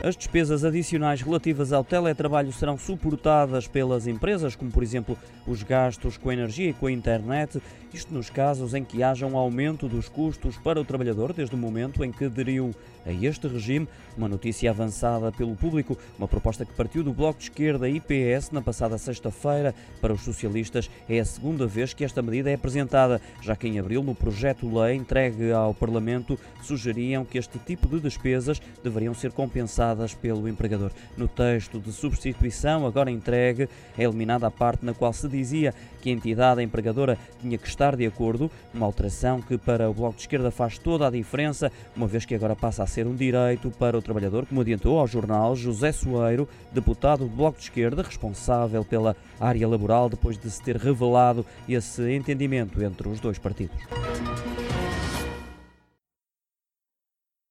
As despesas adicionais relativas ao teletrabalho serão suportadas pelas empresas, como por exemplo os gastos com a energia e com a internet, isto nos casos em que haja um aumento dos custos para o trabalhador desde o momento em que aderiu a este regime. Uma notícia avançada pelo Público, uma proposta que partiu do Bloco de Esquerda e PS na passada sexta-feira. Para os socialistas é a segunda vez que esta medida é apresentada, já que em abril, no projeto-lei entregue ao Parlamento, sugeriam que este tipo de despesas deveriam ser compensadas pelo empregador. No texto de substituição, agora entregue, é eliminada a parte na qual se dizia que a entidade empregadora tinha que estar de acordo, uma alteração que para o Bloco de Esquerda faz toda a diferença, uma vez que agora passa a ser um direito para o trabalhador, como adiantou ao jornal José Soeiro, deputado do Bloco de Esquerda, responsável pela área laboral, depois de se ter revelado esse entendimento entre os dois partidos.